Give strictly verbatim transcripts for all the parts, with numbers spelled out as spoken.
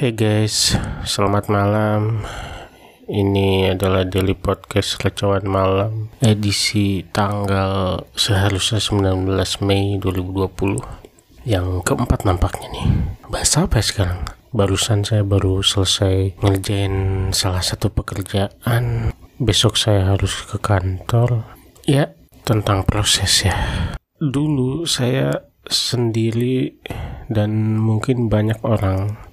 Hey guys, selamat malam. Ini adalah Daily Podcast Kacauan Malam, edisi tanggal seharusnya sembilan belas Mei dua ribu dua puluh. Yang keempat nampaknya nih. Bahas apa ya sekarang? Barusan saya baru selesai ngerjain salah satu pekerjaan. Besok saya harus ke kantor. Ya, tentang proses ya. Dulu saya sendiri dan mungkin banyak orang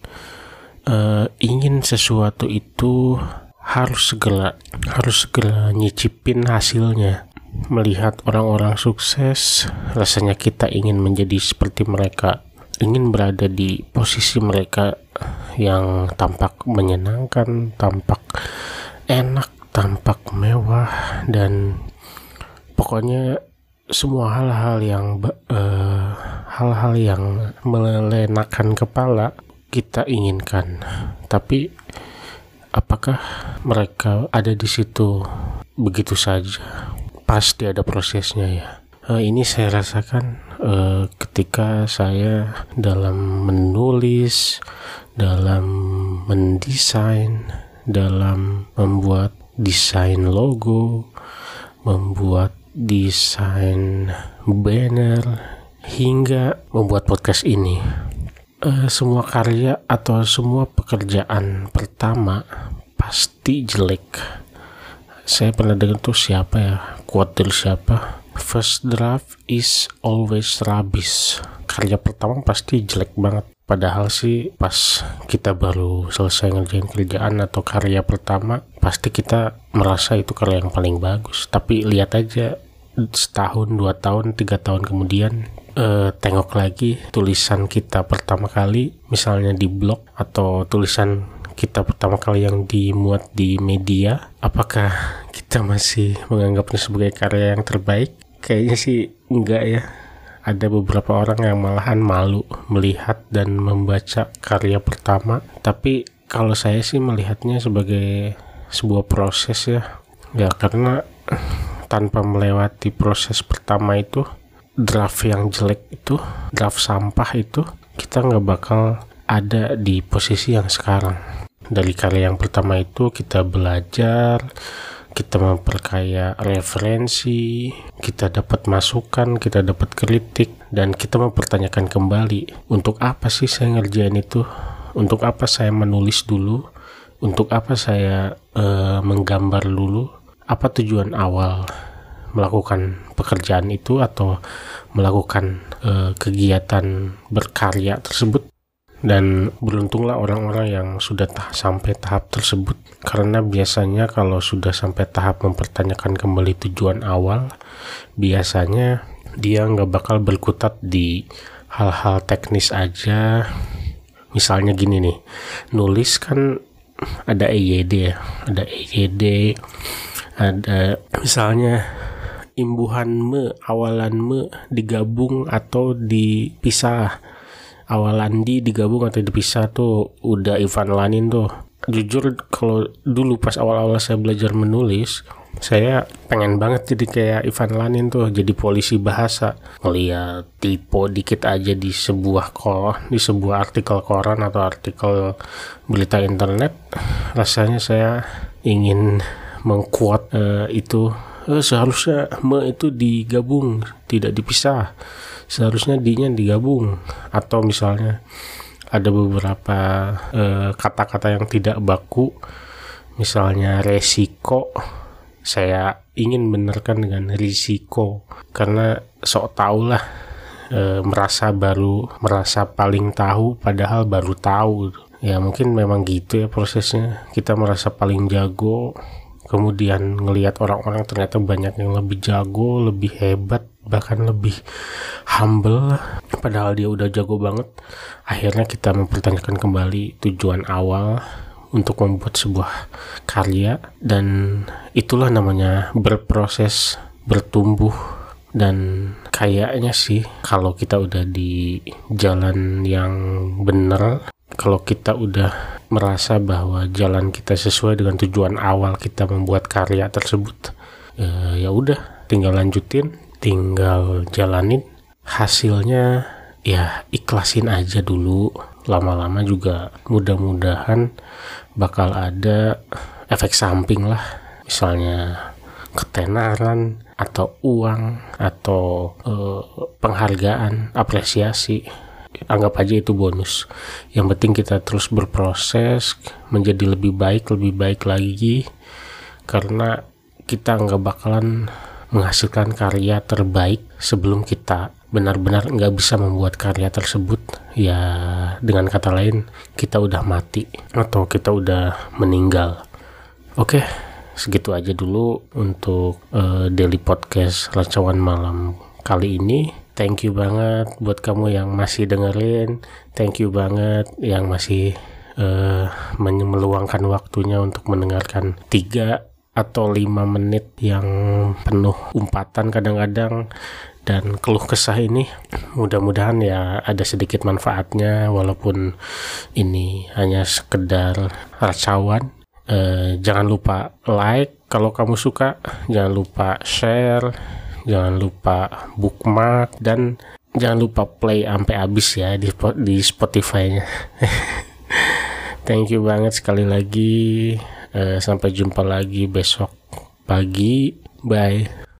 Uh, ingin sesuatu itu harus segera harus segera nyicipin hasilnya. Melihat orang-orang sukses, rasanya kita ingin menjadi seperti mereka, ingin berada di posisi mereka yang tampak menyenangkan, tampak enak, tampak mewah, dan pokoknya semua hal-hal yang uh, hal-hal yang melenakan kepala kita inginkan. Tapi apakah mereka ada di situ begitu saja? Pasti ada prosesnya ya. Uh, ini saya rasakan uh, ketika saya dalam menulis, dalam mendesain, dalam membuat desain logo, membuat desain banner, hingga membuat podcast ini. Uh, semua karya atau semua pekerjaan pertama pasti jelek. Saya pernah dengar tuh siapa ya, quote dari siapa, first draft is always rubbish. Karya pertama pasti jelek banget. Padahal sih pas kita baru selesai ngerjain kerjaan atau karya pertama, pasti kita merasa itu karya yang paling bagus. Tapi lihat aja setahun, dua tahun, tiga tahun kemudian, Uh, tengok lagi tulisan kita pertama kali, misalnya di blog, atau tulisan kita pertama kali yang dimuat di media, apakah kita masih menganggapnya sebagai karya yang terbaik? Kayaknya sih enggak ya. Ada beberapa orang yang malahan malu melihat dan membaca karya pertama. Tapi kalau saya sih melihatnya sebagai sebuah proses ya. Ya karena tanpa melewati proses pertama itu, draft yang jelek itu, draft sampah itu, kita nggak bakal ada di posisi yang sekarang. Dari karya yang pertama itu kita belajar, kita memperkaya referensi, kita dapat masukan, kita dapat kritik, dan kita mempertanyakan kembali, untuk apa sih saya ngerjain itu? Untuk apa saya menulis dulu? Untuk apa saya uh, menggambar dulu? Apa tujuan awal melakukan pekerjaan itu atau melakukan e, kegiatan berkarya tersebut? Dan beruntunglah orang-orang yang sudah tah- sampai tahap tersebut, karena biasanya kalau sudah sampai tahap mempertanyakan kembali tujuan awal, biasanya dia nggak bakal berkutat di hal-hal teknis aja. Misalnya gini nih, nulis kan ada E Y D ya, ada E Y D, ada misalnya imbuhan me, awalan me digabung atau dipisah. Awalan di digabung atau dipisah tuh udah Ivan Lanin tuh. Jujur kalau dulu pas awal-awal saya belajar menulis, saya pengen banget jadi kayak Ivan Lanin tuh, jadi polisi bahasa. Ngeliat typo dikit aja di sebuah kor, di sebuah artikel koran atau artikel berita internet, rasanya saya ingin mengquote uh, itu. Eh, seharusnya me itu digabung, tidak dipisah. Seharusnya di-nya digabung. Atau misalnya ada beberapa eh, kata-kata yang tidak baku, misalnya resiko, saya ingin benarkan dengan risiko, karena sok tahu lah, eh, merasa baru, merasa paling tahu padahal baru tahu. Ya mungkin memang gitu ya prosesnya. Kita merasa paling jago, kemudian ngelihat orang-orang ternyata banyak yang lebih jago, lebih hebat, bahkan lebih humble, padahal dia udah jago banget. Akhirnya kita mempertanyakan kembali tujuan awal untuk membuat sebuah karya, dan itulah namanya berproses, bertumbuh. Dan kayaknya sih kalau kita udah di jalan yang benar, kalau kita udah merasa bahwa jalan kita sesuai dengan tujuan awal kita membuat karya tersebut, e, ya udah tinggal lanjutin, tinggal jalanin. Hasilnya ya ikhlasin aja dulu, lama-lama juga mudah-mudahan bakal ada efek samping lah, misalnya ketenaran atau uang atau eh, penghargaan, apresiasi. Anggap aja itu bonus. Yang penting kita terus berproses menjadi lebih baik, lebih baik lagi, karena kita nggak bakalan menghasilkan karya terbaik sebelum kita benar-benar nggak bisa membuat karya tersebut. Ya dengan kata lain, kita udah mati atau kita udah meninggal. Oke, segitu aja dulu untuk uh, daily podcast Lecawan Malam kali ini. Thank you banget buat kamu yang masih dengerin. Thank you banget yang masih uh, meluangkan waktunya untuk mendengarkan tiga atau lima menit yang penuh umpatan kadang-kadang dan keluh kesah ini. Mudah-mudahan ya ada sedikit manfaatnya, walaupun ini hanya sekedar racauan. Uh, jangan lupa like kalau kamu suka, jangan lupa share, jangan lupa bookmark, dan jangan lupa play sampai habis ya di, di Spotify-nya. Thank you banget sekali lagi. Uh, sampai jumpa lagi besok pagi. Bye.